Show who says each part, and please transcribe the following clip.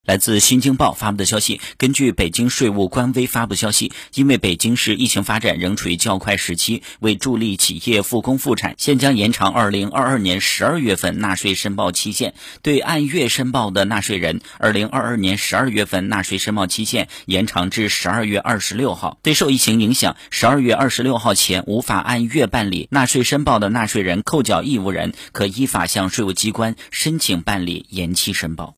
Speaker 1: 来自新京报发布的消息，根据北京税务官微发布消息，因为北京市疫情发展仍处于较快时期，为助力企业复工复产，现将延长2022年12月份纳税申报期限。对按月申报的纳税人，2022年12月份纳税申报期限延长至12月26号。对受疫情影响12月26号前无法按月办理纳税申报的纳税人、扣缴义务人，可依法向税务机关申请办理延期申报。